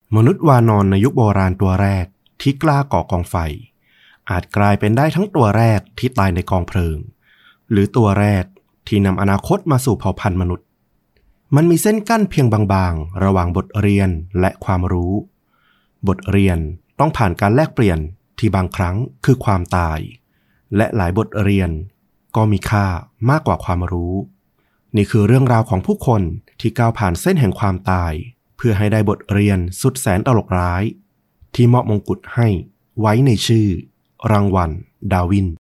มนุษย์วานอนในยุคโบราณตัวแรกที่กล้าก่อกองไฟอาจกลายเป็นได้ทั้งตัวแรกที่ตายในกองเพลิงหรือตัวแรกที่นำอนาคตมาสู่เผ่าพันธุ์มนุษย์มันมีเส้นกั้นเพียงบางๆระหว่างบทเรียนและความรู้บทเรียนต้องผ่านการแลกเปลี่ยนที่บางครั้งคือความตายและหลายบทเรียนก็มีค่ามากกว่าความรู้นี่คือเรื่องราวของผู้คนที่ก้าวผ่านเส้นแห่งความตายเพื่อให้ได้บทเรียนสุดแสนตลกร้ายที่มอบมงกุฎให้ไว้ในชื่อรางวัลดาวิน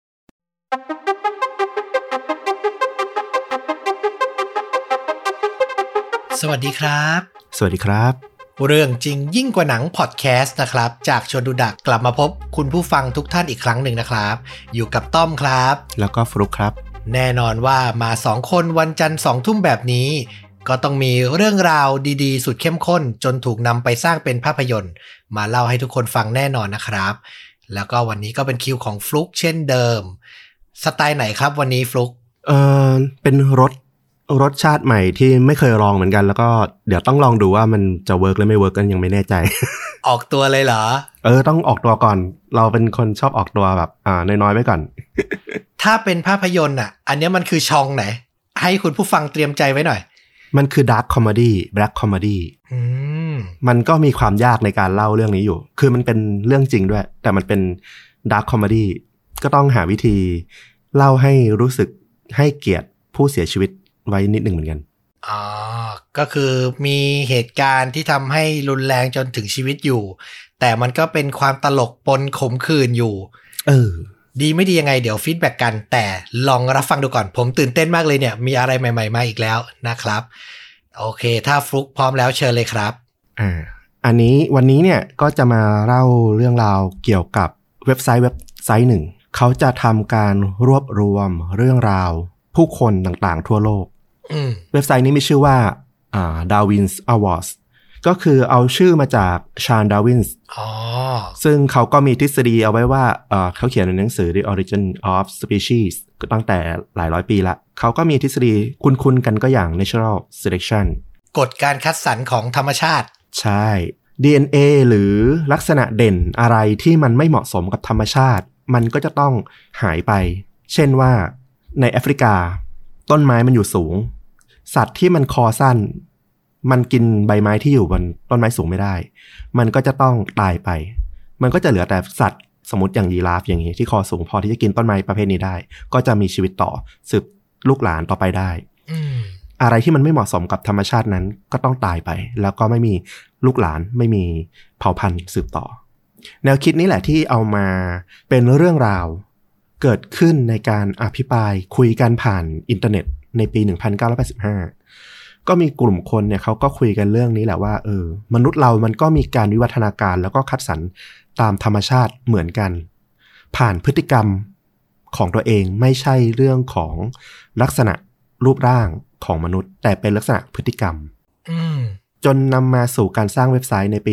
สวัสดีครับสวัสดีครับเรื่องจริงยิ่งกว่าหนังพอดแคสต์นะครับจากชวนดูดักกลับมาพบคุณผู้ฟังทุกท่านอีกครั้งหนึ่งนะครับอยู่กับต้อมครับแล้วก็ฟลุ๊กครับแน่นอนว่ามา2คนวันจันทร์2 ทุ่มแบบนี้ก็ต้องมีเรื่องราวดีๆสุดเข้มข้นจนถูกนำไปสร้างเป็นภาพยนตร์มาเล่าให้ทุกคนฟังแน่นอนนะครับแล้วก็วันนี้ก็เป็นคิวของฟลุ๊กเช่นเดิมสไตล์ไหนครับวันนี้ฟลุ๊กเป็นรสชาติใหม่ที่ไม่เคยลองเหมือนกันแล้วก็เดี๋ยวต้องลองดูว่ามันจะเวิร์กหรือไม่เวิร์กกันยังไม่แน่ใจออกตัวเลยเหรอต้องออกตัวก่อนเราเป็นคนชอบออกตัวแบบน้อยๆไว้ก่อนถ้าเป็นภาพยนตร์อันนี้มันคือช่องไหนให้คุณผู้ฟังเตรียมใจไว้หน่อยมันคือดาร์คคอมเมดี้แบล็คคอมเมดี้มันก็มีความยากในการเล่าเรื่องนี้อยู่คือมันเป็นเรื่องจริงด้วยแต่มันเป็นดาร์คคอมเมดี้ก็ต้องหาวิธีเล่าให้รู้สึกให้เกียรติผู้เสียชีวิตไว้นิดนึงเหมือนกันก็คือมีเหตุการณ์ที่ทำให้รุนแรงจนถึงชีวิตอยู่แต่มันก็เป็นความตลกปนขมขื่นอยู่ดีไม่ดียังไงเดี๋ยวฟีดแบ็กกันแต่ลองรับฟังดูก่อนผมตื่นเต้นมากเลยเนี่ยมีอะไรใหม่ๆมาอีกแล้วนะครับโอเคถ้าฟลุ๊กพร้อมแล้วเชิญเลยครับวันนี้เนี่ยก็จะมาเล่าเรื่องราวเกี่ยวกับเว็บไซต์หนึ่งเขาจะทำการรวบรวมเรื่องราวผู้คนต่างๆทั่วโลกเว็บไซต์นี้มีชื่อว่าDarwin's Awards ก็คือเอาชื่อมาจากชาร์ลส์ดาร์วินส์ซึ่งเขาก็มีทฤษฎีเอาไว้ว่าเขาเขียนในหนังสือ The Origin of Species ก็ตั้งแต่หลายร้อยปีละเขาก็มีทฤษฎีคุ้นๆกันก็อย่าง Natural Selection กฎการคัดสรรของธรรมชาติใช่ DNA หรือลักษณะเด่นอะไรที่มันไม่เหมาะสมกับธรรมชาติมันก็จะต้องหายไปเช่นว่าในแอฟริกาต้นไม้มันอยู่สูงสัตว์ที่มันคอสั้นมันกินใบไม้ที่อยู่บนต้นไม้สูงไม่ได้มันก็จะต้องตายไปมันก็จะเหลือแต่สัตว์สมมติอย่างยีราฟอย่างนี้ที่คอสูงพอที่จะกินต้นไม้ประเภทนี้ได้ก็จะมีชีวิตต่อสืบลูกหลานต่อไปได้อะไรที่มันไม่เหมาะสมกับธรรมชาตินั้นก็ต้องตายไปแล้วก็ไม่มีลูกหลานไม่มีเผ่าพันธุ์สืบต่อแนวคิดนี้แหละที่เอามาเป็นเรื่องราวเกิดขึ้นในการอภิปรายคุยกันผ่านอินเทอร์เน็ตในปี 1985 ก็มีกลุ่มคนเนี่ยเขาก็คุยกันเรื่องนี้แหละว่ามนุษย์เรามันก็มีการวิวัฒนาการแล้วก็คัดสรรตามธรรมชาติเหมือนกันผ่านพฤติกรรมของตัวเองไม่ใช่เรื่องของลักษณะรูปร่างของมนุษย์แต่เป็นลักษณะพฤติกรรมจนนำมาสู่การสร้างเว็บไซต์ในปี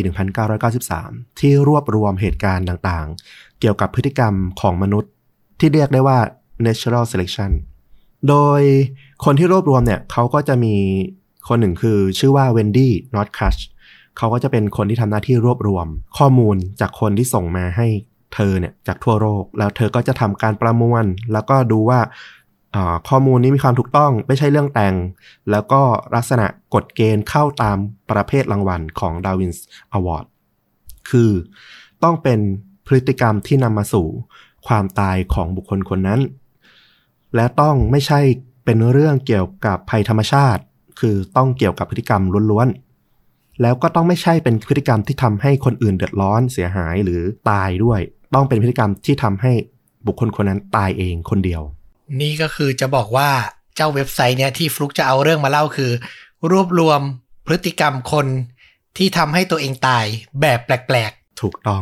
1993 ที่รวบรวมเหตุการณ์ต่างๆเกี่ยวกับพฤติกรรมของมนุษย์ที่เรียกได้ว่า Natural Selection โดยคนที่รวบรวมเนี่ยเขาก็จะมีคนหนึ่งคือชื่อว่าเวนดี้นอตคัชเขาก็จะเป็นคนที่ทำหน้าที่รวบรวมข้อมูลจากคนที่ส่งมาให้เธอเนี่ยจากทั่วโลกแล้วเธอก็จะทำการประมวลแล้วก็ดูว่าข้อมูลนี้มีความถูกต้องไม่ใช่เรื่องแต่งแล้วก็ลักษณะกฎเกณฑ์เข้าตามประเภทรางวัลของ Darwin's Award คือต้องเป็นพฤติกรรมที่นำมาสู่ความตายของบุคคลคนนั้นและต้องไม่ใช่เป็นเรื่องเกี่ยวกับภัยธรรมชาติคือต้องเกี่ยวกับพฤติกรรมล้วนๆแล้วก็ต้องไม่ใช่เป็นพฤติกรรมที่ทำให้คนอื่นเดือดร้อนเสียหายหรือตายด้วยต้องเป็นพฤติกรรมที่ทำให้บุคคลคนนั้นตายเองคนเดียวนี่ก็คือจะบอกว่าเจ้าเว็บไซต์เนี่ยที่ฟลุกจะเอาเรื่องมาเล่าคือรวบรวมพฤติกรรมคนที่ทำให้ตัวเองตายแบบแปลกๆถูกต้อง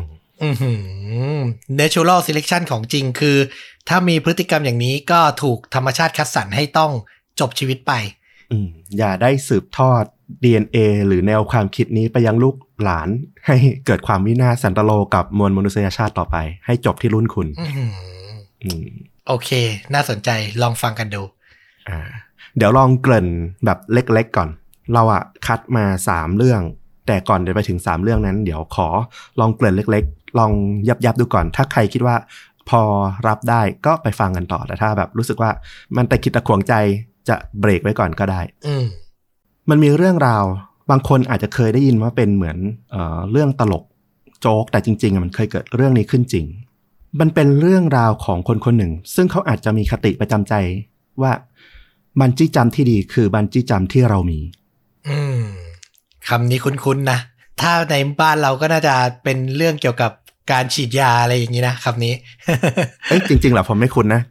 Natural Selection ของจริงคือถ้ามีพฤติกรรมอย่างนี้ก็ถูกธรรมชาติคัดสรรให้ต้องจบชีวิตไปอย่าได้สืบทอด DNA หรือแนวความคิดนี้ไปยังลูกหลานให้เกิดความวินาศสันตโลกับมวลมนุษยชาติต่อไปให้จบที่รุ่นคุณโอเคน่าสนใจลองฟังกันดูเดี๋ยวลองเกริ่นแบบเล็กๆก่อนเราคัดมา3เรื่องแต่ก่อนจะไปถึง3เรื่องนั้นเดี๋ยวขอลองเกริ่นเล็กๆลองยับดูก่อนถ้าใครคิดว่าพอรับได้ก็ไปฟังกันต่อแต่ถ้าแบบรู้สึกว่ามันแต่คิดตะขวงใจจะเบรกไว้ก่อนก็ได้มันมีเรื่องราวบางคนอาจจะเคยได้ยินว่าเป็นเหมือนเรื่องตลกโจ๊กแต่จริงๆมันเคยเกิดเรื่องนี้ขึ้นจริงมันเป็นเรื่องราวของคนคนหนึ่งซึ่งเขาอาจจะมีคติประจำใจว่าบันจี้จัมป์ที่ดีคือบันจี้จัมป์ที่เรามีคำนี้คุ้นๆนะถ้าในบ้านเราก็น่าจะเป็นเรื่องเกี่ยวกับการฉีดยาอะไรอย่างนี้นะคำนี้จริงๆเหรอผมไม่คุ้นนะ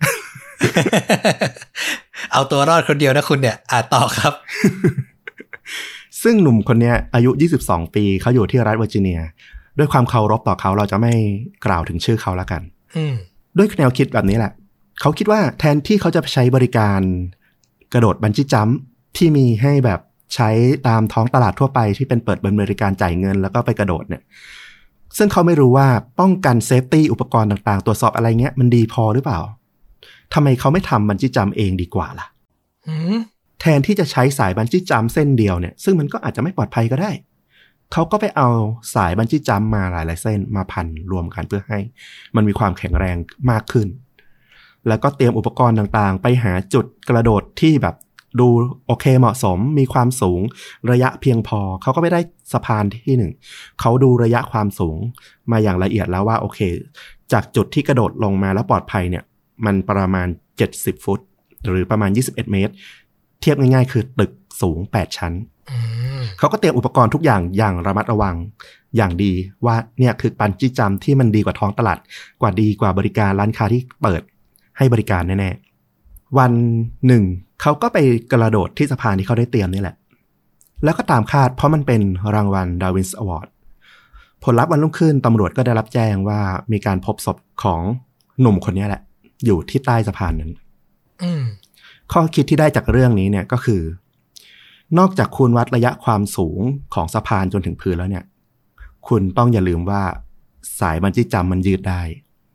เอาตัวรอดคนเดียวนะคุณเนี่ยต่อครับซึ่งหนุ่มคนนี้อายุ22ปีเขาอยู่ที่รัฐเวอร์จิเนียด้วยความเคารพต่อเขาเราจะไม่กล่าวถึงชื่อเขาแล้วกันด้วยแนวคิดแบบนี้แหละเขาคิดว่าแทนที่เขาจะใช้บริการกระโดดบันจี้จัมป์ที่มีให้แบบใช้ตามท้องตลาดทั่วไปที่เป็นเปิดบริการจ่ายเงินแล้วก็ไปกระโดดเนี่ยซึ่งเขาไม่รู้ว่าป้องกันเซฟตี้อุปกรณ์ต่างๆตรวจสอบอะไรเงี้ยมันดีพอหรือเปล่าทำไมเขาไม่ทำบันจี้จัมป์เองดีกว่าล่ะแทนที่จะใช้สายบันจี้จัมป์เส้นเดียวเนี่ยซึ่งมันก็อาจจะไม่ปลอดภัยก็ได้เขาก็ไปเอาสายบันจี้จัมป์มาหลายๆเส้นมาพันรวมกันเพื่อให้มันมีความแข็งแรงมากขึ้นแล้วก็เตรียมอุปกรณ์ต่างๆไปหาจุดกระโดดที่แบบดูโอเคเหมาะสมมีความสูงระยะเพียงพอเขาก็ไปได้สะพานที่หนึ่งเขาดูระยะความสูงมาอย่างละเอียดแล้วว่าโอเคจากจุดที่กระโดดลงมาแล้วปลอดภัยเนี่ยมันประมาณ70ฟุตหรือประมาณ21เมตรเทียบง่ายๆคือตึกสูง8ชั้นเขาก็เตรียมอุปกรณ์ทุกอย่างอย่างระมัดระวังอย่างดีว่าเนี่ยคือบันจี้จัมป์ที่มันดีกว่าท้องตลาดกว่าดีกว่าบริการร้านค้าที่เปิดให้บริการแน่ๆวันหนึ่งเขาก็ไปกระโดดที่สะพานที่เขาได้เตรียมนี่แหละแล้วก็ตามคาดเพราะมันเป็นรางวัลดาวินส์อวอร์ดผลลัพธ์วันรุ่งขึ้นตำรวจก็ได้รับแจ้งว่ามีการพบศพของหนุ่มคนนี้แหละอยู่ที่ใต้สะพานนั้นข้อคิดที่ได้จากเรื่องนี้เนี่ยก็คือนอกจากคุณวัดระยะความสูงของสะพานจนถึงพื้นแล้วเนี่ยคุณต้องอย่าลืมว่าสายบันจี้จัมป์มันยืดได้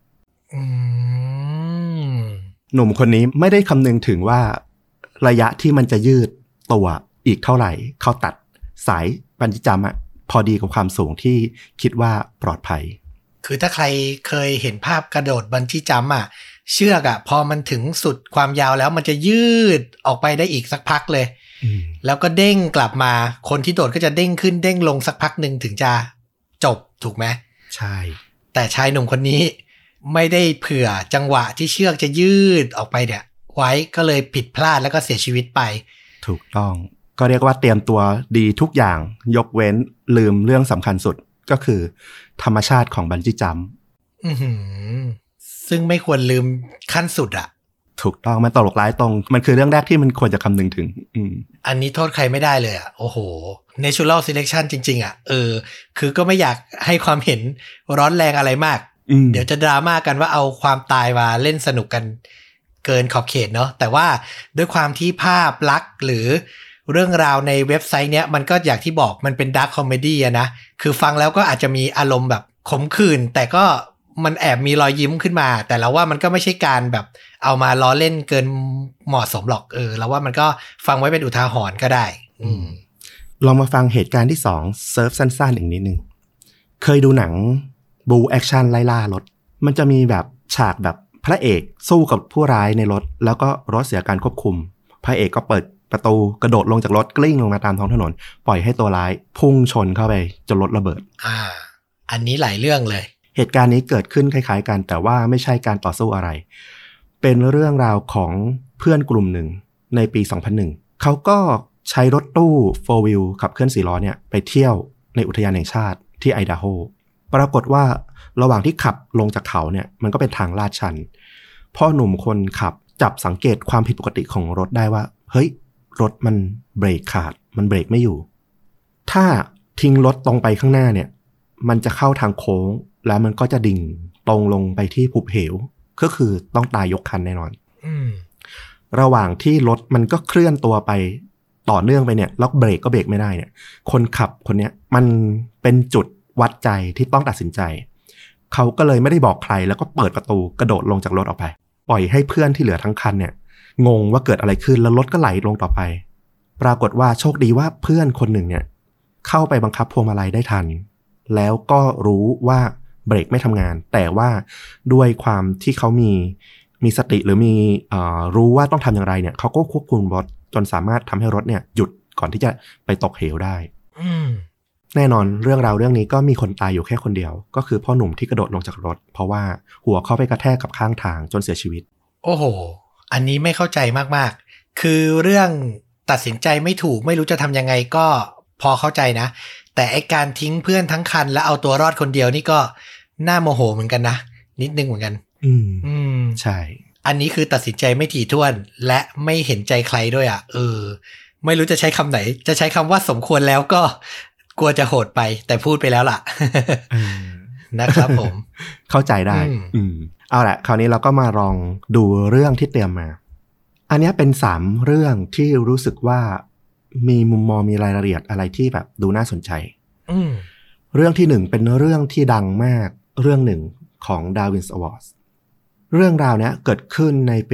หนุ่มคนนี้ไม่ได้คำนึงถึงว่าระยะที่มันจะยืดตัวอีกเท่าไหร่เขาตัดสายบันจี้จัมป์พอดีกับความสูงที่คิดว่าปลอดภัยคือถ้าใครเคยเห็นภาพกระโดดบันจี้จัมป์เชือกพอมันถึงสุดความยาวแล้วมันจะยืดออกไปได้อีกสักพักเลยแล้วก็เด้งกลับมาคนที่โดดก็จะเด้งขึ้นเด้งลงสักพักหนึ่งถึงจะจบถูกไหมใช่แต่ชายหนุ่มคนนี้ไม่ได้เผื่อจังหวะที่เชือกจะยืดออกไปเนี่ยไว้ก็เลยผิดพลาดแล้วก็เสียชีวิตไปถูกต้องก็เรียกว่าเตรียมตัวดีทุกอย่างยกเว้นลืมเรื่องสำคัญสุดก็คือธรรมชาติของบันจี้จัมป์ซึ่งไม่ควรลืมขั้นสุดถูกต้องมันตลกร้ายตรงมันคือเรื่องแรกที่มันควรจะคำนึงถึงอันนี้โทษใครไม่ได้เลยโอ้โห natural selection จริงๆคือก็ไม่อยากให้ความเห็นร้อนแรงอะไรมากเดี๋ยวจะดราม่ากันว่าเอาความตายมาเล่นสนุกกันเกินขอบเขตเนาะแต่ว่าด้วยความที่ภาพลักษณ์หรือเรื่องราวในเว็บไซต์เนี้ยมันก็อย่างที่บอกมันเป็นดาร์คคอมเมดี้นะคือฟังแล้วก็อาจจะมีอารมณ์แบบขมขื่นแต่ก็มันแอบมีรอยยิ้มขึ้นมาแต่เราว่ามันก็ไม่ใช่การแบบเอามาล้อเล่นเกินเหมาะสมหรอกเราว่ามันก็ฟังไว้เป็นอุทาหรณ์ก็ได้ลองมาฟังเหตุการณ์ที่2เซิร์ฟสั้นๆอีกนิดนึงเคยดูหนังบูแอคชั่นไล่ล่ารถมันจะมีแบบฉากแบบพระเอกสู้กับผู้ร้ายในรถแล้วก็รถเสียการควบคุมพระเอกก็เปิดประตูกระโดดลงจากรถกลิ้งลงมาตามท้องถนนปล่อยให้ตัวร้ายพุ่งชนเข้าไปจนรถระเบิดอันนี้หลายเรื่องเลยเหตุการณ์นี้เกิดขึ้นคล้ายๆกันแต่ว่าไม่ใช่การต่อสู้อะไรเป็นเรื่องราวของเพื่อนกลุ่มหนึ่งในปี 2001 เขาก็ใช้รถตู้ 4 wheel ขับเคลื่อน4ล้อเนี่ยไปเที่ยวในอุทยานแห่งชาติที่ไอดาโฮปรากฏว่าระหว่างที่ขับลงจากเขาเนี่ยมันก็เป็นทางลาดชันพ่อหนุ่มคนขับจับสังเกตความผิดปกติของรถได้ว่าเฮ้ยรถมันเบรกขาดมันเบรกไม่อยู่ถ้าทิ้งรถตรงไปข้างหน้าเนี่ยมันจะเข้าทางโค้งแล้วมันก็จะดิ่งตรงลงไปที่หุบเหวก็คือต้องตายยกคันแน่นอนระหว่างที่รถมันก็เคลื่อนตัวไปต่อเนื่องไปเนี่ยแล้วเบรกก็เบรกไม่ได้เนี่ยคนขับคนเนี้ยมันเป็นจุดวัดใจที่ต้องตัดสินใจเขาก็เลยไม่ได้บอกใครแล้วก็เปิดประตูกระโดดลงจากรถออกไปปล่อยให้เพื่อนที่เหลือทั้งคันเนี่ยงงว่าเกิดอะไรขึ้นแล้วรถก็ไหลลงต่อไปปรากฏว่าโชคดีว่าเพื่อนคนหนึ่งเนี่ยเข้าไปบังคับพวงมาลัยได้ทันแล้วก็รู้ว่าเบรกไม่ทำงานแต่ว่าด้วยความที่เขามีสติหรือมีรู้ว่าต้องทำอย่างไรเนี่ยเขาก็ควบคุมรถจนสามารถทำให้รถเนี่ยหยุดก่อนที่จะไปตกเหวได้แน่นอนเรื่องราวเรื่องนี้ก็มีคนตายอยู่แค่คนเดียวก็คือพ่อหนุ่มที่กระโดดลงจากรถเพราะว่าหัวเขาไปกระแทกกับข้างทางจนเสียชีวิตโอ้โหอันนี้ไม่เข้าใจมากๆคือเรื่องตัดสินใจไม่ถูกไม่รู้จะทำยังไงก็พอเข้าใจนะแต่ไอการทิ้งเพื่อนทั้งคันแล้วเอาตัวรอดคนเดียวนี่ก็น่าโมโหเหมือนกันนะนิดนึงเหมือนกันใช่อันนี้คือตัดสินใจไม่ถี่ถ้วนและไม่เห็นใจใครด้วยอ่ะไม่รู้จะใช้คำไหนจะใช้คำว่าสมควรแล้วก็กลัวจะโหดไปแต่พูดไปแล้วล่ะ นะครับผมเข้าใจได้เอาละคราวนี้เราก็มาลองดูเรื่องที่เตรียมมาอันนี้เป็น3เรื่องที่รู้สึกว่ามีมุมมองมีรายละเอียดอะไรที่แบบดูน่าสนใจเรื่องที่1เป็นเรื่องที่ดังมากเรื่องหนึ่งของ Darwin's Awards เรื่องราวนี้เกิดขึ้นในปี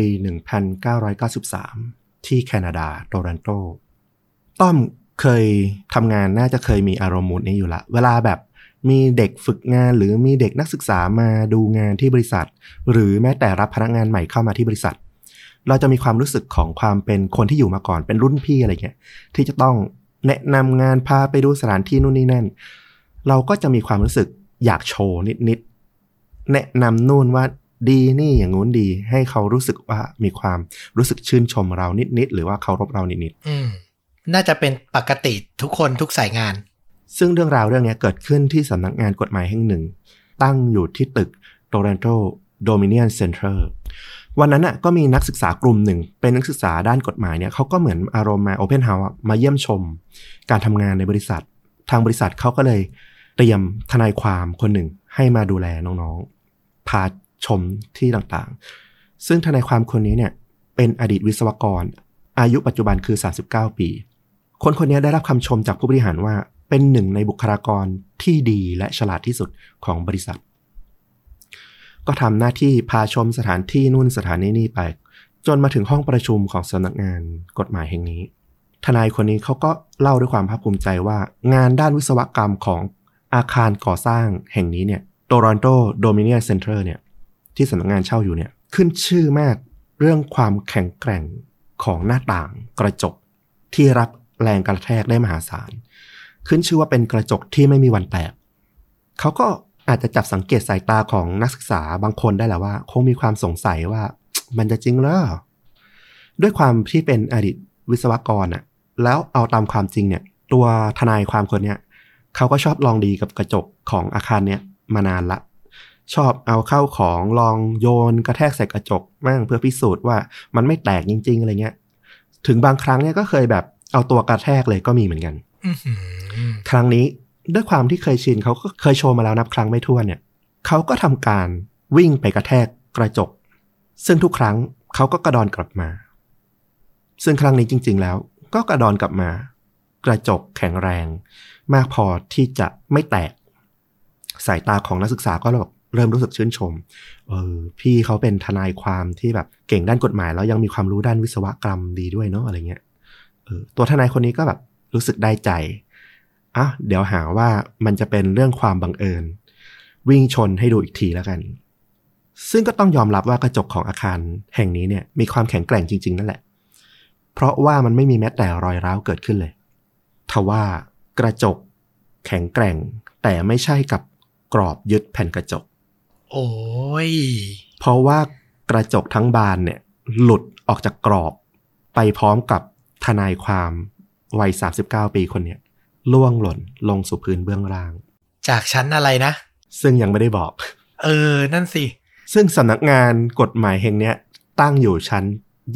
1993 ที่แคนาดาโตรอนโตต้อมเคยทำงานน่าจะเคยมีอารมณ์มูดนี้อยู่ละเวลาแบบมีเด็กฝึกงานหรือมีเด็กนักศึกษามาดูงานที่บริษัทหรือแม้แต่รับพนักงานใหม่เข้ามาที่บริษัทเราจะมีความรู้สึกของความเป็นคนที่อยู่มาก่อนเป็นรุ่นพี่อะไรเงี้ยที่จะต้องแนะนำงานพาไปดูสถานที่นู่นนี่นั่นเราก็จะมีความรู้สึกอยากโชว์นิดๆแนะนำนู่นว่าดีนี่อย่างงู้นดีให้เขารู้สึกว่ามีความรู้สึกชื่นชมเรานิดๆหรือว่าเคารพเรานิดๆน่าจะเป็นปกติทุกคนทุกสายงานซึ่งเรื่องราวเรื่องนี้เกิดขึ้นที่สำนักงานกฎหมายแห่งหนึ่งตั้งอยู่ที่ตึก Toronto Dominion Center วันนั้นน่ะก็มีนักศึกษากลุ่มหนึ่งเป็นนักศึกษาด้านกฎหมายเนี่ยเขาก็เหมือนอารมณ์มา Open House มาเยี่ยมชมการทำงานในบริษัททางบริษัทเขาก็เลยเตรียมทนายความคนหนึ่งให้มาดูแลน้องๆพาชมที่ต่างๆซึ่งทนายความคนนี้เนี่ยเป็นอดีตวิศวกรอายุปัจจุบันคือ39ปีคนนี้ได้รับคำชมจากผู้บริหารว่าเป็นหนึ่งในบุคลากรที่ดีและฉลาดที่สุดของบริษัทก็ทำหน้าที่พาชมสถานที่นู่นสถานนี่ไปจนมาถึงห้องประชุมของสำนักงานกฎหมายแห่งนี้ทนายคนนี้เขาก็เล่าด้วยความภาคภูมิใจว่างานด้านวิศวกรรมของอาคารก่อสร้างแห่งนี้เนี่ย Toronto Dominion Center เนี่ยที่สำนักงานเช่าอยู่เนี่ยขึ้นชื่อมากเรื่องความแข็งแกร่งของหน้าต่างกระจกที่รับแรงกระแทกได้มหาศาลขึ้นชื่อว่าเป็นกระจกที่ไม่มีวันแตกเขาก็อาจจะจับสังเกตสายตาของนักศึกษาบางคนได้แหละว่าคงมีความสงสัยว่ามันจะจริงเหรอด้วยความที่เป็นอดีตวิศวกรน่ะแล้วเอาตามความจริงเนี่ยตัวทนายความคนเนี้ยเขาก็ชอบลองดีกับกระจกของอาคารเนี้ยมานานละชอบเอาเข้าของลองโยนกระแทกใส่กระจกมั่งเพื่อพิสูจน์ว่ามันไม่แตกจริงๆอะไรเงี้ยถึงบางครั้งเนี่ยก็เคยแบบเอาตัวกระแทกเลยก็มีเหมือนกันครั้งนี้ด้วยความที่เคยชินเขาก็เคยโชว์มาแล้วนับครั้งไม่ถ้วนเนี่ยเขาก็ทำการวิ่งไปกระแทกกระจกซึ่งทุกครั้งเขาก็กระดอนกลับมาซึ่งครั้งนี้จริงๆแล้วก็กระดอนกลับมากระจกแข็งแรงมากพอที่จะไม่แตกสายตาของนักศึกษาก็เริ่มรู้สึกชื่นชมพี่เขาเป็นทนายความที่แบบเก่งด้านกฎหมายแล้วยังมีความรู้ด้านวิศวกรรมดีด้วยเนาะอะไรเงี้ยตัวทนายคนนี้ก็แบบรู้สึกได้ใจเดี๋ยวหาว่ามันจะเป็นเรื่องความบังเอิญวิ่งชนให้ดูอีกทีแล้วกันซึ่งก็ต้องยอมรับว่ากระจกของอาคารแห่งนี้เนี่ยมีความแข็งแกร่งจริงๆนั่นแหละเพราะว่ามันไม่มีแม้แต่รอยร้าวเกิดขึ้นเลยทว่ากระจกแข็งแกร่งแต่ไม่ใช่กับกรอบยึดแผ่นกระจกโอ้ยเพราะว่ากระจกทั้งบานเนี่ยหลุดออกจากกรอบไปพร้อมกับทนายความวัย39ปีคนเนี้ยล่วงหล่นลงสู่พื้นเบื้องล่างจากชั้นอะไรนะซึ่งยังไม่ได้บอกนั่นสิซึ่งสำนักงานกฎหมายแห่งเนี้ยตั้งอยู่ชั้น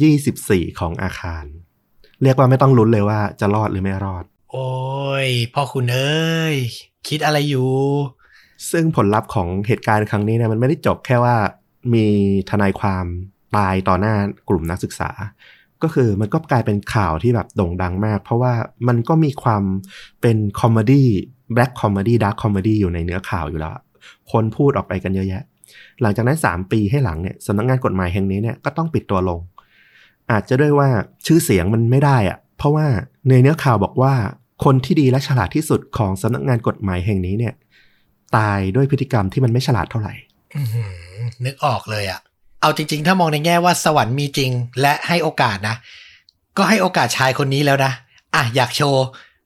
24ของอาคารเรียกว่าไม่ต้องลุ้นเลยว่าจะรอดหรือไม่รอดโอ้ยพ่อคุณเอ้ยคิดอะไรอยู่ซึ่งผลลัพธ์ของเหตุการณ์ครั้งนี้เนี่ยมันไม่ได้จบแค่ว่ามีทนายความตายต่อหน้ากลุ่มนักศึกษาก็คือมันก็กลายเป็นข่าวที่แบบโด่งดังมากเพราะว่ามันก็มีความเป็นคอมเมดี้แบล็คคอมเมดี้ดาร์คคอมเมดี้อยู่ในเนื้อข่าวอยู่แล้วคนพูดออกไปกันเยอะแยะหลังจากนั้น3ปีให้หลังเนี่ยสำนักงานกฎหมายแห่งนี้เนี่ยก็ต้องปิดตัวลงอาจจะด้วยว่าชื่อเสียงมันไม่ได้เพราะว่าในเนื้อข่าวบอกว่าคนที่ดีและฉลาดที่สุดของสำนักงานกฎหมายแห่งนี้เนี่ยตายด้วยพฤติกรรมที่มันไม่ฉลาดเท่าไหร่นึกออกเลยอะเอาจริงๆถ้ามองในแง่ว่าสวรรค์มีจริงและให้โอกาสนะก็ให้โอกาสชายคนนี้แล้วนะอยากโชว์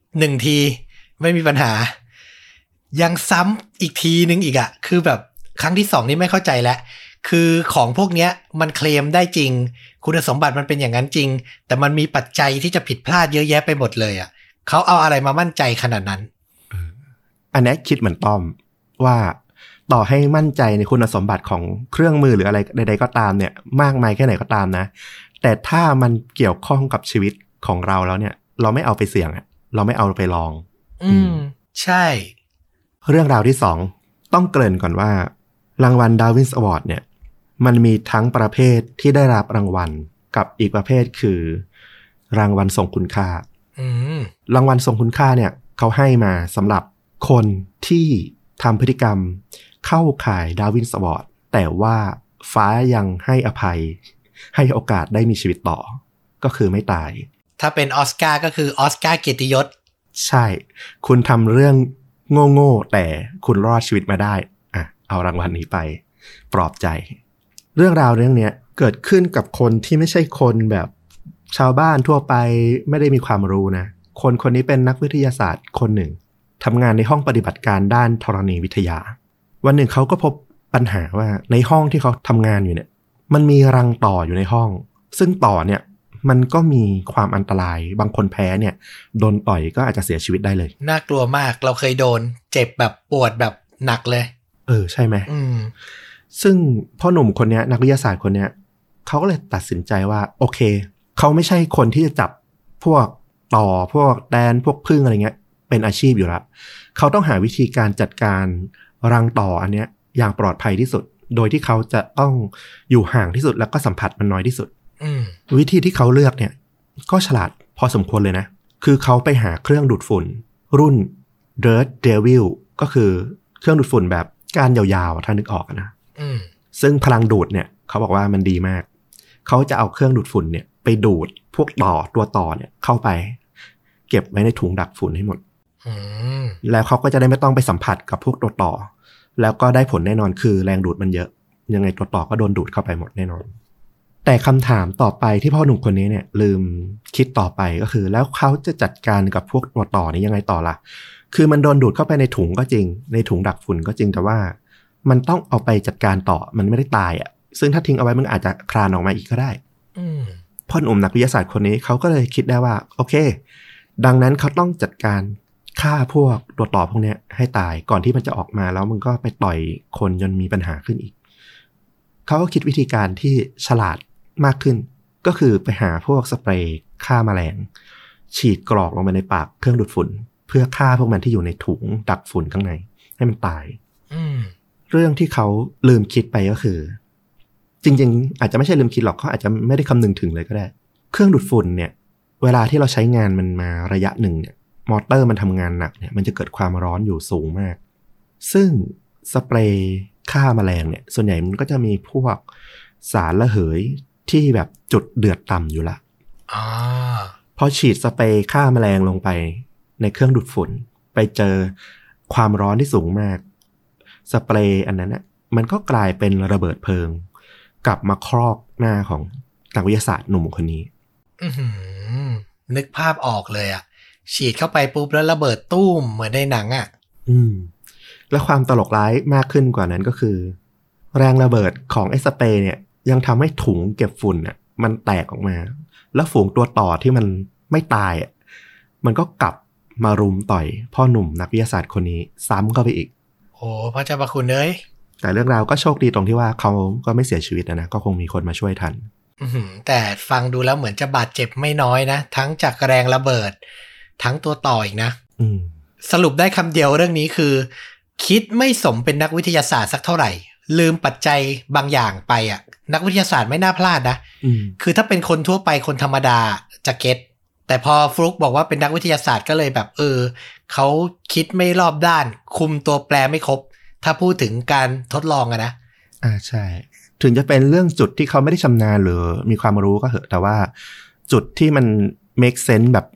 1 ทีไม่มีปัญหายังซ้ำอีกทีนึงอีกอะคือแบบครั้งที่2นี่ไม่เข้าใจแล้วคือของพวกเนี้ยมันเคลมได้จริงคุณสมบัติมันเป็นอย่างนั้นจริงแต่มันมีปัจจัยที่จะผิดพลาดเยอะแยะไปหมดเลยอะเขาเอาอะไรมามั่นใจขนาดนั้นอันนี้คิดเหมือนต้อมว่าต่อให้มั่นใจในคุณสมบัติของเครื่องมือหรืออะไรใดๆก็ตามเนี่ยมากมายแค่ไหนก็ตามนะแต่ถ้ามันเกี่ยวข้องกับชีวิตของเราแล้วเนี่ยเราไม่เอาไปเสี่ยงอ่ะเราไม่เอาไปลองใช่เรื่องราวที่2ต้องเกริ่นก่อนว่ารางวัลดาวินส์อวอร์ดเนี่ยมันมีทั้งประเภทที่ได้รับรางวัลกับอีกประเภทคือรางวัลทรงคุณค่ารางวัลทรงคุณค่าเนี่ยเขาให้มาสำหรับคนที่ทำพฤติกรรมเข้าข่ายดาวินส์อวอร์ดแต่ว่าฟ้ายังให้อภัยให้โอกาสได้มีชีวิตต่อก็คือไม่ตายถ้าเป็นออสการ์ก็คือออสการ์เกียรติยศใช่คุณทำเรื่องโง่ๆแต่คุณรอดชีวิตมาได้เอารางวัลนี้ไปปลอบใจเรื่องราวเรื่องนี้เกิดขึ้นกับคนที่ไม่ใช่คนแบบชาวบ้านทั่วไปไม่ได้มีความรู้นะคนนี้เป็นนักวิทยาศาสตร์คนหนึ่งทำงานในห้องปฏิบัติการด้านธรณีวิทยาวันหนึ่งเขาก็พบปัญหาว่าในห้องที่เขาทำงานอยู่เนี่ยมันมีรังต่ออยู่ในห้องซึ่งต่อเนี่ยมันก็มีความอันตรายบางคนแพ้เนี่ยโดนต่อยก็อาจจะเสียชีวิตได้เลยน่ากลัวมากเราเคยโดนเจ็บแบบปวดแบบหนักเลยใช่ไหมซึ่งพ่อหนุ่มคนนี้นักวิทยาศาสตร์คนนี้เขาก็เลยตัดสินใจว่าโอเคเขาไม่ใช่คนที่จะจับพวกต่อพวกแดนพวกผึ้งอะไรเงี้ยเป็นอาชีพอยู่แล้วเขาต้องหาวิธีการจัดการรังต่ออันเนี้ยอย่างปลอดภัยที่สุดโดยที่เขาจะต้องอยู่ห่างที่สุดแล้วก็สัมผัสมันน้อยที่สุดวิธีที่เขาเลือกเนี่ยก็ฉลาดพอสมควรเลยนะคือเขาไปหาเครื่องดูดฝุ่นรุ่น Dirt Devil ก็คือเครื่องดูดฝุ่นแบบก้านยาวๆถ้านึกออกนะซึ่งพลังดูดเนี่ยเขาบอกว่ามันดีมากเขาจะเอาเครื่องดูดฝุ่นเนี่ยไปดูดพวกตัวต่อเนี่ยเข้าไปเก็บไว้ในถุงดักฝุ่นให้หมดแล้วเขาก็จะได้ไม่ต้องไปสัมผัสกับพวกตัวต่อแล้วก็ได้ผลแน่นอนคือแรงดูดมันเยอะยังไงตัวต่อก็โดนดูดเข้าไปหมดแน่นอนแต่คำถามต่อไปที่พ่อหนุ่มคนนี้เนี่ยลืมคิดต่อไปก็คือแล้วเขาจะจัดการกับพวกตัวต่อนี้ยังไงต่อล่ะคือมันโดนดูดเข้าไปในถุงก็จริงในถุงดักฝุ่นก็จริงแต่ว่ามันต้องเอาไปจัดการต่อมันไม่ได้ตายอ่ะซึ่งถ้าทิ้งเอาไว้มันอาจจะคลานออกมาอีกก็ได้พ่อหนุ่มนักวิทยาศาสตร์คนนี้เขาก็เลยคิดได้ว่าโอเคดังนั้นเขาต้องจัดการฆ่าพวกตัวต่อพวกนี้ให้ตายก่อนที่มันจะออกมาแล้วมันก็ไปต่อยคนจนมีปัญหาขึ้นอีกเขาก็คิดวิธีการที่ฉลาดมากขึ้นก็คือไปหาพวกสเปรย์ฆ่าแมลงฉีดกรอกลงไปในปากเครื่องดูดฝุ่นเพื่อฆ่าพวกมันที่อยู่ในถุงดักฝุ่นข้างในให้มันตายเรื่องที่เขาลืมคิดไปก็คือจริงๆอาจจะไม่ใช่ลืมคิดหรอกเขาอาจจะไม่ได้คำนึงถึงเลยก็ได้เครื่องดูดฝุ่นเนี่ยเวลาที่เราใช้งานมันมาระยะหนึ่งเนี่ยมอเตอร์มันทำงานหนักเนี่ยมันจะเกิดความร้อนอยู่สูงมากซึ่งสเปรย์ฆ่าแมลงเนี่ยส่วนใหญ่มันก็จะมีพวกสารระเหยที่แบบจุดเดือดต่ำอยู่ละพอฉีดสเปรย์ฆ่าแมลงลงไปในเครื่องดูดฝุ่นไปเจอความร้อนที่สูงมากสเปรย์อันนั้นน่ะมันก็กลายเป็นระเบิดเพลิงกลับมาครอบหน้าของนักวิทยาศาสตร์หนุ่มคนนี้นึกภาพออกเลยอ่ะฉีดเข้าไปปุ๊บแล้วระเบิดตู้มเหมือนในหนังอ่ะและความตลกร้ายมากขึ้นกว่านั้นก็คือแรงระเบิดของไอ้สเปรย์เนี่ยยังทำให้ถุงเก็บฝุ่นอ่ะมันแตกออกมาแล้วฝูงตัวต่อที่มันไม่ตายอ่ะมันก็กลับมารุมต่อยพ่อหนุ่มนักวิทยาศาสตร์คนนี้ซ้ำเข้าไปอีกโอ้พระเจ้าพระคุณเลยแต่เรื่องราวก็โชคดีตรงที่ว่าเขาก็ไม่เสียชีวิตนะก็คงมีคนมาช่วยทันแต่ฟังดูแล้วเหมือนจะบาดเจ็บไม่น้อยนะทั้งจากแรงระเบิดทั้งตัวต่ออีกนะสรุปได้คำเดียวเรื่องนี้คือคิดไม่สมเป็นนักวิทยาศาสตร์สักเท่าไหร่ลืมปัจจัยบางอย่างไปอ่ะนักวิทยาศาสตร์ไม่น่าพลาดนะคือถ้าเป็นคนทั่วไปคนธรรมดาจะเก็ตแต่พอฟลุกบอกว่าเป็นนักวิทยาศาสตร์ก็เลยแบบเขาคิดไม่รอบด้านคุมตัวแปรไม่ครบถ้าพูดถึงการทดลองอะนะใช่ถึงจะเป็นเรื่องจุดที่เขาไม่ได้ชำนาญหรือมีความรู้ก็เหอะแต่ว่าจุดที่มัน make sense แบบ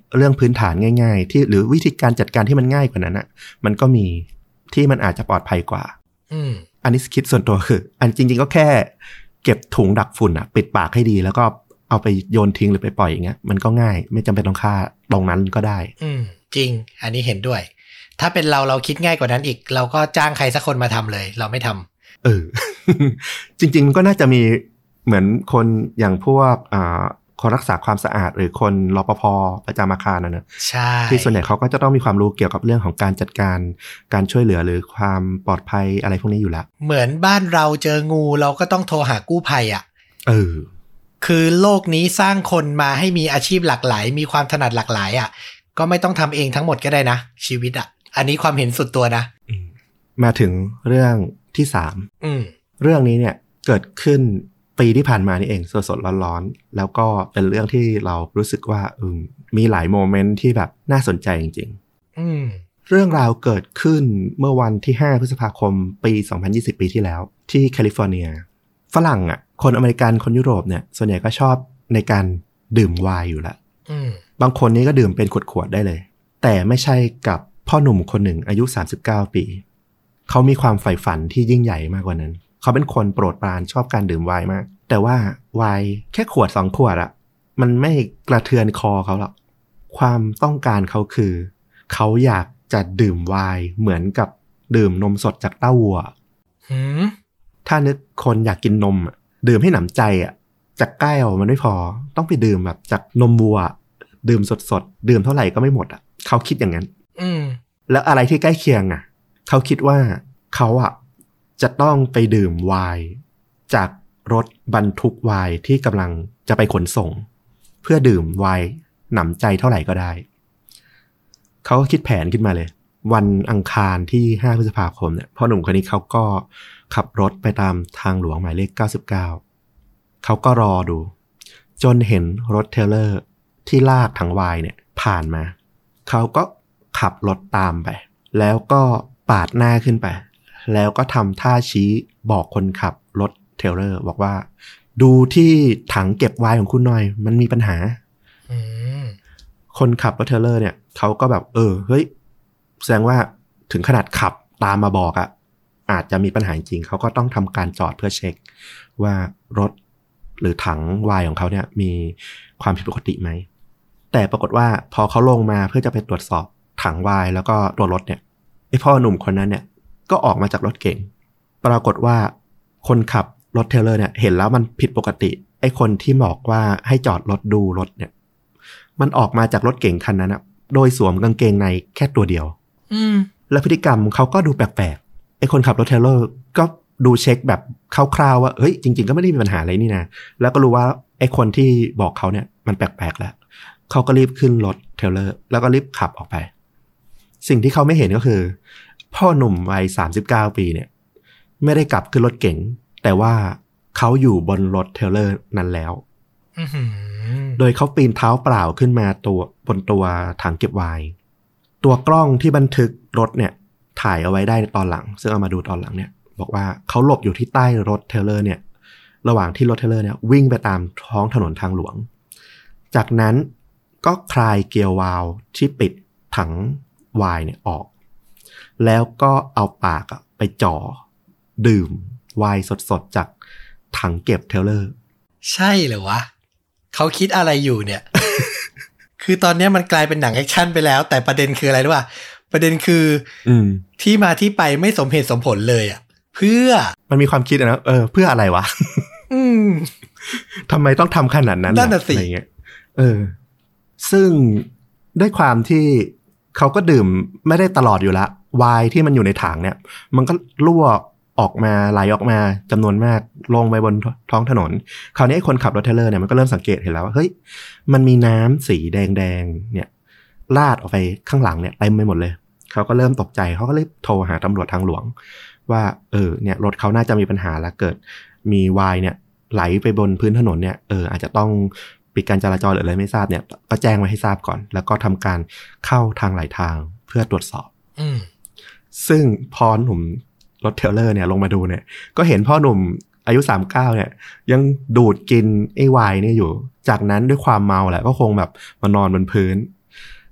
เรื่องพื้นฐานง่ายๆที่หรือวิธีการจัดการที่มันง่ายกว่านั้นอ่ะมันก็มีที่มันอาจจะปลอดภัยกว่าอันนี้คิดส่วนตัวคืออันจริงๆก็แค่เก็บถุงดักฝุ่นอ่ะปิดปากให้ดีแล้วก็เอาไปโยนทิ้งหรือไปปล่อยอย่างเงี้ยมันก็ง่ายไม่จำเป็นต้องฆ่าตรงนั้นก็ได้จริงอันนี้เห็นด้วยถ้าเป็นเราคิดง่ายกว่านั้นอีกเราก็จ้างใครสักคนมาทำเลยเราไม่ทำ จริงๆมันก็น่าจะมีเหมือนคนอย่างพวกคนรักษาความสะอาดหรือคนรปภ.ประจำอาคารนะใช่ที่ส่วนใหญ่เขาก็จะต้องมีความรู้เกี่ยวกับเรื่องของการจัดการการช่วยเหลือหรือความปลอดภัยอะไรพวกนี้อยู่แล้วเหมือนบ้านเราเจองูเราก็ต้องโทรหากู้ภัยอ่ะคือโลกนี้สร้างคนมาให้มีอาชีพหลากหลายมีความถนัดหลากหลายอ่ะก็ไม่ต้องทำเองทั้งหมดก็ได้นะชีวิตอ่ะอันนี้ความเห็นสุดตัวนะมาถึงเรื่องที่3เรื่องนี้เนี่ยเกิดขึ้นปีที่ผ่านมานี่เองสดๆร้อนๆแล้วก็เป็นเรื่องที่เรารู้สึกว่ามีหลายโมเมนต์ที่แบบน่าสนใจจริงๆเรื่องราวเกิดขึ้นเมื่อวันที่5พฤษภาคมปี2020ปีที่แล้วที่แคลิฟอร์เนียฝรั่งอ่ะคนอเมริกันคนยุโรปเนี่ยส่วนใหญ่ก็ชอบในการดื่มไวน์อยู่ละบางคนนี้ก็ดื่มเป็นขวดๆได้เลยแต่ไม่ใช่กับพ่อหนุ่มคนหนึ่งอายุ39ปีเขามีความใฝ่ฝันที่ยิ่งใหญ่มากกว่านั้นเขาเป็นคนโปรดปรานชอบการดื่มไวน์มากแต่ว่าไวน์แค่ขวด2ขวดอะมันไม่กระเทือนคอเขาหรอกความต้องการเขาคือเขาอยากจะดื่มไวน์เหมือนกับดื่มนมสดจากเต้าวัวถ้านึกคนอยากกินนมดื่มให้หนำใจจากแก้วมันไม่พอต้องไปดื่มแบบจากนมวัวดื่มสดๆดื่มเท่าไหร่ก็ไม่หมดเขาคิดอย่างนั้นแล้วอะไรที่ใกล้เคียงเขาคิดว่าเขาจะต้องไปดื่มไวน์จากรถบรรทุกไวน์ที่กำลังจะไปขนส่งเพื่อดื่มไวน์หนำใจเท่าไหร่ก็ได้เขาก็คิดแผนขึ้นมาเลยวันอังคารที่5พฤษภาคมเนี่ยพ่อหนุ่มคนนี้เขาก็ขับรถไปตามทางหลวงหมายเลข99เขาก็รอดูจนเห็นรถเทรลเลอร์ที่ลากถังไวน์เนี่ยผ่านมาเขาก็ขับรถตามไปแล้วก็ปาดหน้าขึ้นไปแล้วก็ทำท่าชี้บอกคนขับรถเทรลเลอร์บอกว่าดูที่ถังเก็บไวน์ของคุณหน่อยมันมีปัญหาคนขับรถเทรลเลอร์เนี่ยเขาก็แบบเฮ้ยแสดงว่าถึงขนาดขับตามมาบอกอาจจะมีปัญหาจริงเขาก็ต้องทำการจอดเพื่อเช็คว่ารถหรือถังไวน์ของเขาเนี่ยมีความผิดปกติไหมแต่ปรากฏว่าพอเขาลงมาเพื่อจะไปตรวจสอบถังไวน์แล้วก็ตัวรถเนี่ยไอ้พ่อหนุ่มคนนั้นเนี่ยก็ออกมาจากรถเก๋งปรากฏว่าคนขับรถเทรลเลอร์เนี่ยเห็นแล้วมันผิดปกติไอ้คนที่บอกว่าให้จอดรถดูรถเนี่ยมันออกมาจากรถเก๋งคันนั้นโดยสวมกางเกงในแค่ตัวเดียวและพฤติกรรมเขาก็ดูแปลกๆไอ้คนขับรถเทรลเลอร์ก็ดูเช็คแบบคร่าวๆว่าเฮ้ยจริงๆก็ไม่ได้มีปัญหาอะไรนี่นะแล้วก็รู้ว่าไอ้คนที่บอกเขาเนี่ยมันแปลกๆแล้วเขาก็รีบขึ้นรถเทรลเลอร์แล้วก็รีบขับออกไปสิ่งที่เขาไม่เห็นก็คือพ่อหนุ่มวัย39ปีเนี่ยไม่ได้กลับขึ้นรถเก๋งแต่ว่าเขาอยู่บนรถเทรลเลอร์นั้นแล้วโดยเขาปีนเท้าเปล่าขึ้นมาบนตัวถังเก็บไวน์ตัวกล้องที่บันทึกรถเนี่ยถ่ายเอาไว้ได้ตอนหลังซึ่งเอามาดูตอนหลังเนี่ยบอกว่าเขาหลบอยู่ที่ใต้รถเทรลเลอร์เนี่ยระหว่างที่รถเทรลเลอร์เนี่ยวิ่งไปตามท้องถนนทางหลวงจากนั้นก็คลายเกียร์วาล์วที่ปิดถังไวน์เนี่ยออกแล้วก็เอาปากไปจ่อดื่มไวน์สดๆจากถังเก็บเทรลเลอร์ใช่เหรอวะเขาคิดอะไรอยู่เนี่ย คือตอนนี้มันกลายเป็นหนังแอคชั่นไปแล้วแต่ประเด็นคืออะไรรู้ป่ะประเด็นคือที่มาที่ไปไม่สมเหตุสมผลเลยเพื่อมันมีความคิดนะเพื่ออะไรวะทำไมต้องทำขนาดนั้นอะไรเงี้ยซึ่งด้วยความที่เขาก็ดื่มไม่ได้ตลอดอยู่ละไวน์ที่มันอยู่ในถังเนี่ยมันก็รั่วออกมาไหลออกมาจำนวนมากลงไปบนท้องถนนคราวนี้คนขับรถเทรลเลอร์เนี่ยมันก็เริ่มสังเกตเห็นแล้วว่าเฮ้ยมันมีน้ำสีแดงๆเนี่ยลาดออกไปข้างหลังเนี่ยเต็มไปหมดเลยเขาก็เริ่มตกใจเขาก็เลยโทรหาตำรวจทางหลวงว่าเนี่ยรถเขาน่าจะมีปัญหาแล้วเกิดมีไวน์เนี่ยไหลไปบนพื้นถนนเนี่ยอาจจะต้องปิดการจราจรหรืออะไรไม่ทราบเนี่ยก็แจ้งไว้ให้ทราบก่อนแล้วก็ทำการเข้าทางหลายทางเพื่อตรวจสอบซึ่งพอหนุ่มรถเทรลเลอร์เนี่ยลงมาดูเนี่ยก็เห็นพ่อหนุ่มอายุ39เนี่ยยังดูดกินไอ้ไวน์นี่อยู่จากนั้นด้วยความเมาแหละก็คงแบบมานอนบนพื้น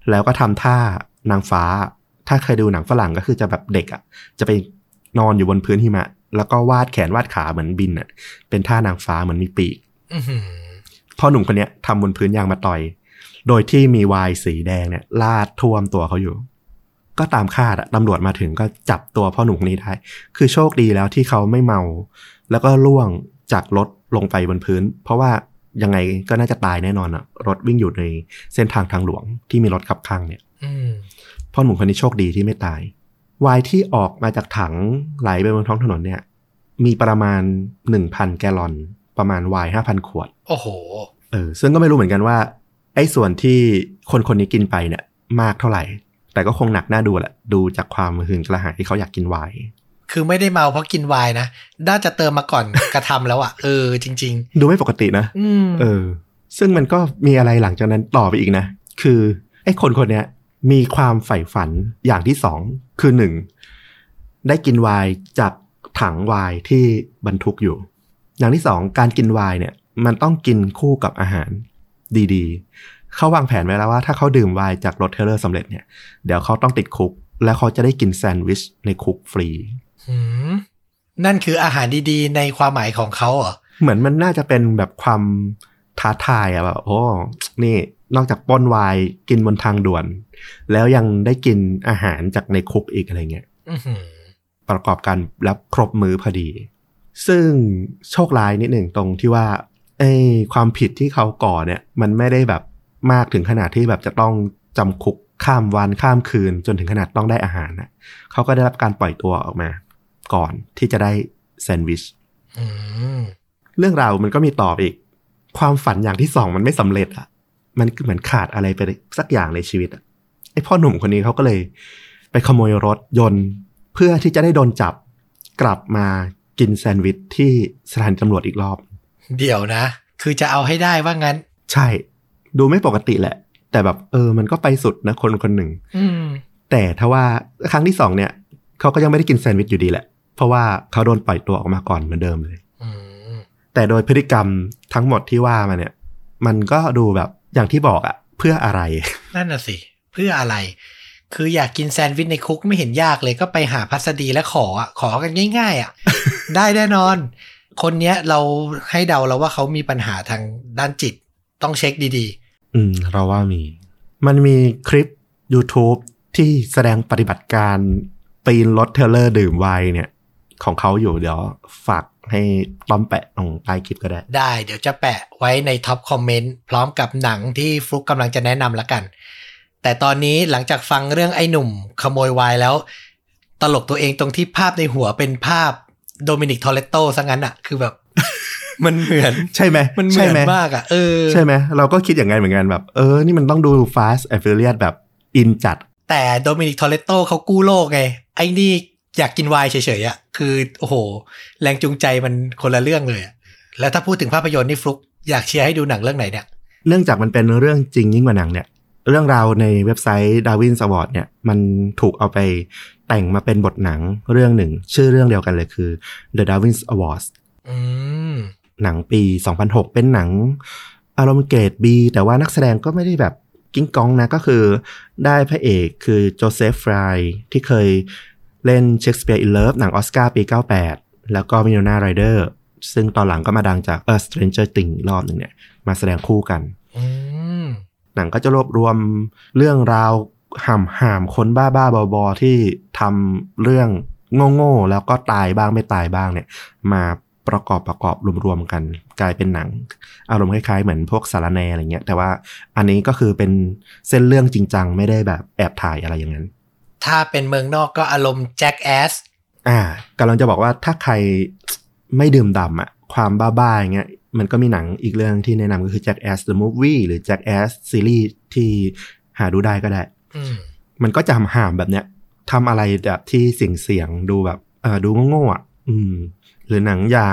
แล้วก็ทำท่านางฟ้าถ้าเคยดูหนังฝรั่งก็คือจะแบบเด็กอ่ะจะไปนอนอยู่บนพื้นหิมะแล้วก็วาดแขนวาดขาเหมือนบินอ่ะเป็นท่านางฟ้าเหมือนมีปีกพ่อหนุ่มคนนี้ทำบนพื้นยางมะตอยโดยที่มีไวน์สีแดงเนี่ยลาดท่วมตัวเขาอยู่ก็ตามคาดตำรวจมาถึงก็จับตัวพ่อหนุ่มคนนี้ได้คือโชคดีแล้วที่เขาไม่เมาแล้วก็ล่วงจากรถลงไปบนพื้นเพราะว่ายังไงก็น่าจะตายแน่นอนอ่ะรถวิ่งอยู่ในเส้นทางทางหลวงที่มีรถขับข้างเนี่ยพ่อหนุ่มคนนี้โชคดีที่ไม่ตายไวน์ที่ออกมาจากถังไหลไปบนท้องถนนเนี่ยมีประมาณ 1,000 แกลลอนประมาณไวน์ 5,000 ขวดโอ้โหซึ่งก็ไม่รู้เหมือนกันว่าไอ้ส่วนที่คนนี้กินไปเนี่ยมากเท่าไหร่แต่ก็คงหนักน่าดูแหละดูจากความหื่นกระหายที่เขาอยากกินไวน์คือไม่ได้เมาเพราะกินไวน์นะน่าจะเติมมาก่อน กระทำแล้วอ่ะจริงๆดูไม่ปกตินะซึ่งมันก็มีอะไรหลังจากนั้นต่อไปอีกนะคือไอ้คนเนี้ยมีความใฝ่ฝันอย่างที่สองคือหนึ่งได้กินไวน์จากถังไวน์ที่บรรทุกอยู่อย่างที่สองการกินไวน์เนี่ยมันต้องกินคู่กับอาหารดีๆเขาวางแผนไว้แล้วว่าถ้าเขาดื่มไวน์จากรถเทเลอร์สำเร็จเนี่ยเดี๋ยวเขาต้องติดคุกแล้วเขาจะได้กินแซนด์วิชในคุกฟรีนั่นคืออาหารดีๆในความหมายของเขาเหรอเหมือนมันน่าจะเป็นแบบความท้าทายอะแบบโอ้นี่นอกจากป้อนไวน์กินบนทางด่วนแล้วยังได้กินอาหารจากในคุกอีกอะไรเงี้ยประกอบกันแล้วครบมื้อพอดีซึ่งโชคร้ายนิดหนึ่งตรงที่ว่าความผิดที่เขาก่อเนี่ยมันไม่ได้แบบมากถึงขนาดที่แบบจะต้องจำคุกข้ามวันข้ามคืนจนถึงขนาดต้องได้อาหารนะเขาก็ได้รับการปล่อยตัวออกมาก่อนที่จะได้แซนด์วิชเรื่องราวมันก็มีต่ออีกความฝันอย่างที่สองมันไม่สำเร็จอ่ะมันเหมือนขาดอะไรไปสักอย่างในชีวิตอ่ะไอ้พ่อหนุ่มคนนี้เขาก็เลยไปขโมยรถยนต์เพื่อที่จะได้โดนจับกลับมากินแซนด์วิชที่สถานีตำรวจอีกรอบเดี๋ยวนะคือจะเอาให้ได้ว่างั้นใช่ดูไม่ปกติแหละแต่แบบมันก็ไปสุดนะคนหนึ่งแต่ถ้าว่าครั้งที่สองเนี่ยเขาก็ยังไม่ได้กินแซนด์วิชอยู่ดีแหละเพราะว่าเขาโดนปล่อยตัวออกมาก่อนเหมือนเดิมเลยแต่โดยพฤติกรรมทั้งหมดที่ว่ามาเนี่ยมันก็ดูแบบอย่างที่บอกอะเพื่ออะไรนั่นน่ะสิเพื่ออะไรคืออยากกินแซนด์วิชในคุกไม่เห็นยากเลยก็ไปหาพัสดีและขอกันง่ายๆอ่ะ ได้แน่นอนคนเนี้ยเราให้เดาแล้วว่าเขามีปัญหาทางด้านจิตต้องเช็คดีๆเราว่ามันมีคลิป YouTube ที่แสดงปฏิบัติการปีนรถเทเลอร์ดื่มไวน์เนี่ยของเขาอยู่เดี๋ยวฝากให้ต้อมแปะตรงใต้คลิปก็ได้เดี๋ยวจะแปะไว้ในท็อปคอมเมนต์พร้อมกับหนังที่ฟลุกกำลังจะแนะนำแล้วกันแต่ตอนนี้หลังจากฟังเรื่องไอ้หนุ่มขโมยไวน์แล้วตลกตัวเองตรงที่ภาพในหัวเป็นภาพโดมินิก ทอเรตโตซะงั้นอ่ะคือแบบ มันเหมือนใช่ไหมมันเหมือนมากอ่ะใช่ไหมเราก็คิดอย่างไงเหมือนกันแบบนี่มันต้องดู Fast and Furious แบบอินจัดแต่โดมินิก ทอเรตโตเขากู้โลกไงไอ้นี่อยากกินไวน์เฉยๆอ่ะคือโอ้โหแรงจูงใจมันคนละเรื่องเลยแล้วถ้าพูดถึงภาพยนตร์นี่ฟลุกอยากเชียร์ให้ดูหนังเรื่องไหนเนี่ยเนื่องจากมันเป็นเรื่องจริงยิ่งกว่าหนังเนี่ยเรื่องราวในเว็บไซต์ Darwin's Award เนี่ยมันถูกเอาไปแต่งมาเป็นบทหนังเรื่องหนึ่งชื่อเรื่องเดียวกันเลยคือ The Darwin's Awards หนังปี 2006 เป็นหนังอารมณ์เกรด B แต่ว่านักแสดงก็ไม่ได้แบบกิ้งก้องนะก็คือได้พระเอกคือโจเซฟ ฟรายที่เคยเล่น Shakespeare in Love หนังออสการ์ปี 98 แล้วก็ Winona Ryder ซึ่งตอนหลังก็มาดังจากStranger Things รอบนึงเนี่ยมาแสดงคู่กันหนังก็จะรวบรวมเรื่องราวห่ามคนบ้าๆบอๆที่ทำเรื่องโง่ๆแล้วก็ตายบ้างไม่ตายบ้างเนี่ยมาประกอบรวมๆกันกลายเป็นหนังอารมณ์คล้ายๆเหมือนพวกสารแนอะไรเงี้ยแต่ว่าอันนี้ก็คือเป็นเส้นเรื่องจริงจังไม่ได้แบบแอบถ่ายอะไรอย่างนั้นถ้าเป็นเมืองนอกก็อารมณ์แจ็คแอสกำลังจะบอกว่าถ้าใครไม่ดื่มด่ำความบ้าๆอย่างเงี้ยมันก็มีหนังอีกเรื่องที่แนะนำก็คือ Jackass the Movie หรือ Jackass Series ที่หาดูได้ก็ได้มันก็จะห่ามแบบเนี้ยทำอะไรแบบที่เสี่ยงดูแบบดูโง่หรือหนังอย่าง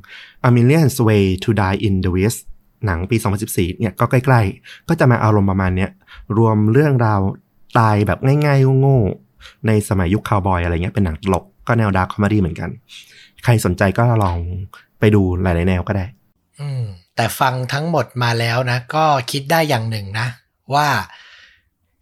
A Million's Way to Die in the West หนังปี 2014 เนี่ยก็ใกล้ๆก็จะมาอารมณ์ประมาณเนี้ยรวมเรื่องราวตายแบบง่ายๆโง่ๆในสมัยยุคคาวบอยอะไรเงี้ยเป็นหนังตลกก็แนวดาร์คคอมเมดี้เหมือนกันใครสนใจก็ลองไปดูหลายๆแนวก็ได้แต่ฟังทั้งหมดมาแล้วนะก็คิดได้อย่างหนึ่งนะว่า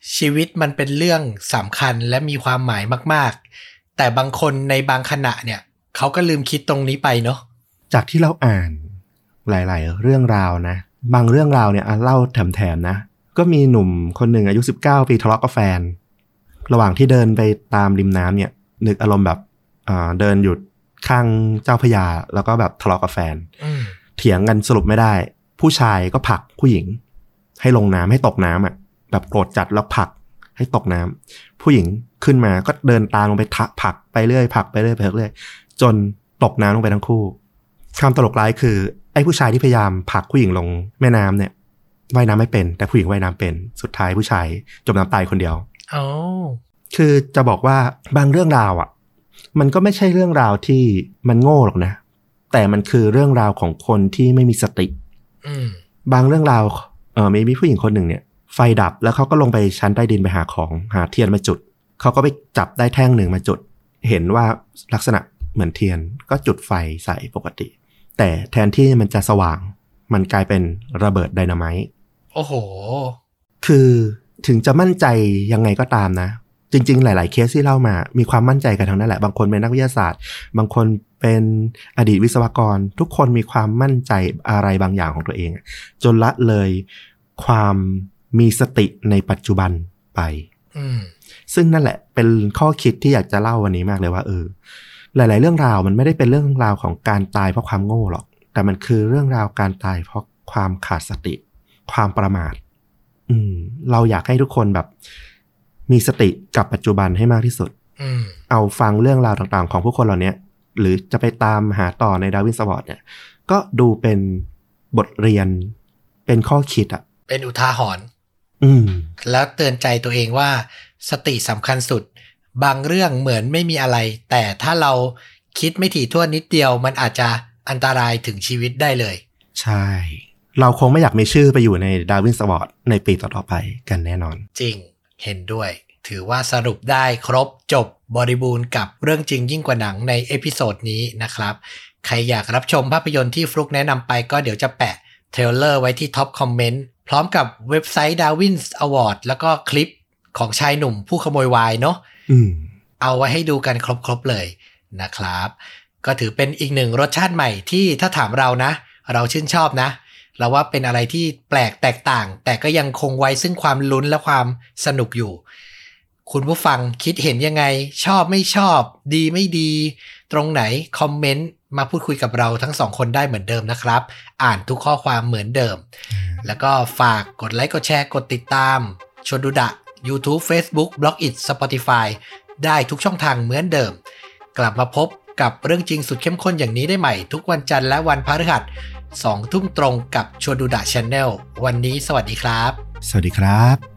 ชีวิตมันเป็นเรื่องสำคัญและมีความหมายมากๆแต่บางคนในบางขณะเนี่ยเขาก็ลืมคิดตรงนี้ไปเนาะจากที่เราอ่านหลายๆเรื่องราวนะบางเรื่องราวเนี่ยเล่าแถมๆนะก็มีหนุ่มคนหนึ่งอายุ19ปีทะเลาะกับแฟนระหว่างที่เดินไปตามริมน้ำเนี่ยนึกอารมณ์แบบเดินหยุดข้างเจ้าพระยาแล้วก็แบบทะเลาะกับแฟนเถียงกันสรุปไม่ได้ผู้ชายก็ผลักผู้หญิงให้ลงน้ำให้ตกน้ำแบบโกรธจัดแล้วผลักให้ตกน้ำผู้หญิงขึ้นมาก็เดินตามลงไปผลักไปเรื่อยผลักไปเรื่อยจนตกน้ำลงไปทั้งคู่ความตลกร้ายคือไอ้ผู้ชายที่พยายามผลักผู้หญิงลงแม่น้ำเนี่ยว่ายน้ำไม่เป็นแต่ผู้หญิงว่ายน้ำเป็นสุดท้ายผู้ชายจมน้ำตายคนเดียวคือจะบอกว่าบางเรื่องราวมันก็ไม่ใช่เรื่องราวที่มันโง่หรอกนะแต่มันคือเรื่องราวของคนที่ไม่มีสติบางเรื่องราวมีผู้หญิงคนหนึ่งเนี่ยไฟดับแล้วเขาก็ลงไปชั้นใต้ดินไปหาของหาเทียนมาจุดเขาก็ไปจับได้แท่งหนึ่งมาจุดเห็นว่าลักษณะเหมือนเทียนก็จุดไฟใส่ปกติแต่แทนที่มันจะสว่างมันกลายเป็นระเบิดไดนาไมต์โอ้โหคือถึงจะมั่นใจยังไงก็ตามนะจริงๆหลายๆเคสที่เล่ามามีความมั่นใจกันทั้งนั้นแหละบางคนเป็นนักวิทยาศาสตร์บางคนเป็นอดีตวิศวกรทุกคนมีความมั่นใจอะไรบางอย่างของตัวเองจนละเลยความมีสติในปัจจุบันไปซึ่งนั่นแหละเป็นข้อคิดที่อยากจะเล่าวันนี้มากเลยว่าหลายๆเรื่องราวมันไม่ได้เป็นเรื่องราวของการตายเพราะความโง่หรอกแต่มันคือเรื่องราวการตายเพราะความขาดสติความประมาทเราอยากให้ทุกคนแบบมีสติกับปัจจุบันให้มากที่สุดเอาฟังเรื่องราวต่างๆของผู้คนเหล่านี้หรือจะไปตามหาต่อในดาวินสวอร์ดเนี่ยก็ดูเป็นบทเรียนเป็นข้อคิดเป็นอุทาหรณ์แล้วเตือนใจตัวเองว่าสติสำคัญสุดบางเรื่องเหมือนไม่มีอะไรแต่ถ้าเราคิดไม่ถี่ถ้วนนิดเดียวมันอาจจะอันตรายถึงชีวิตได้เลยใช่เราคงไม่อยากมีชื่อไปอยู่ในดาวินสวอร์ดในปีต่อๆไปกันแน่นอนจริงเห็นด้วยถือว่าสรุปได้ครบจบบริบูรณ์กับเรื่องจริงยิ่งกว่าหนังในเอพิโซดนี้นะครับใครอยากรับชมภาพยนตร์ที่ฟลุกแนะนำไปก็เดี๋ยวจะแปะเทรลเลอร์ไว้ที่ท็อปคอมเมนต์พร้อมกับเว็บไซต์ Darwin's Award แล้วก็คลิปของชายหนุ่มผู้ขโมยวายเนาะเอาไว้ให้ดูกันครบๆเลยนะครับก็ถือเป็นอีกหนึ่งรสชาติใหม่ที่ถ้าถามเรานะเราชื่นชอบนะเราว่าเป็นอะไรที่แปลกแตกต่างแต่ก็ยังคงไว้ซึ่งความลุ้นและความสนุกอยู่คุณผู้ฟังคิดเห็นยังไงชอบไม่ชอบดีไม่ดีตรงไหนคอมเมนต์มาพูดคุยกับเราทั้งสองคนได้เหมือนเดิมนะครับอ่านทุกข้อความเหมือนเดิมแล้วก็ฝากกดไลค์กดแชร์กดติดตามชวนดูดะ YouTube Facebook Blogit Spotify ได้ทุกช่องทางเหมือนเดิมกลับมาพบกับเรื่องจริงสุดเข้มข้นอย่างนี้ได้ใหม่ทุกวันจันทร์และวันพฤหัส 20:00 น.กับชวนดูดะ Channel วันนี้สวัสดีครับสวัสดีครับ